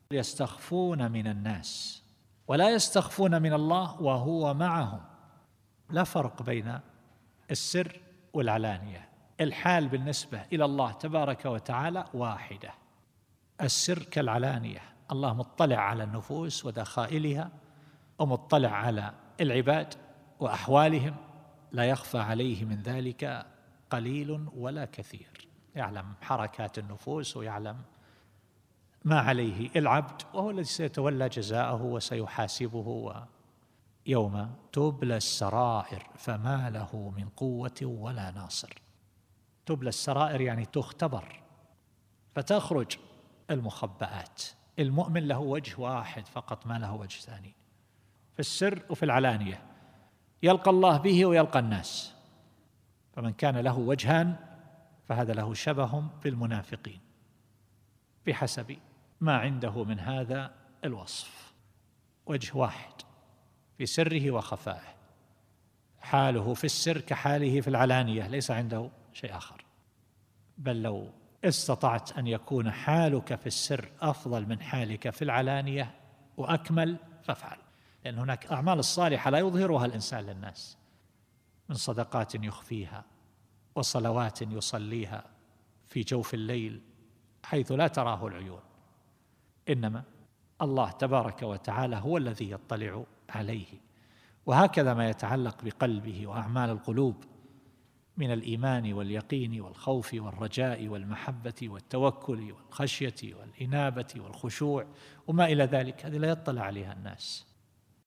يستخفون من الناس ولا يستخفون من الله وهو معهم. لا فرق بين السر والعلانية. الحال بالنسبة إلى الله تبارك وتعالى واحدة. السر كالعلانية، الله مطلع على النفوس ودخائلها ومطلع على العباد وأحوالهم، لا يخفى عليه من ذلك قليل ولا كثير. يعلم حركات النفوس ويعلم ما عليه العبد، وهو الذي سيتولى جزاءه وسيحاسبه. يوم تبلى السرائر فما له من قوة ولا ناصر. تبلى السرائر يعني تختبر فتخرج المخبآت. المؤمن له وجه واحد فقط، ما له وجه ثاني، في السر وفي العلانية، يلقى الله به ويلقى الناس. فمن كان له وجهان فهذا له شبه بالمنافقين بحسب ما عنده من هذا الوصف. وجه واحد في سره وخفائه، حاله في السر كحاله في العلانية، ليس عنده شيء آخر. بل لو استطعت أن يكون حالك في السر أفضل من حالك في العلانية وأكمل فافعل، لأن هناك أعمال الصالحة لا يظهرها الإنسان للناس، من صدقات يخفيها وصلوات يصليها في جوف الليل حيث لا تراه العيون، إنما الله تبارك وتعالى هو الذي يطلع عليه. وهكذا ما يتعلق بقلبه وأعمال القلوب من الإيمان واليقين والخوف والرجاء والمحبة والتوكل والخشية والإنابة والخشوع وما إلى ذلك، هذه لا يطلع عليها الناس.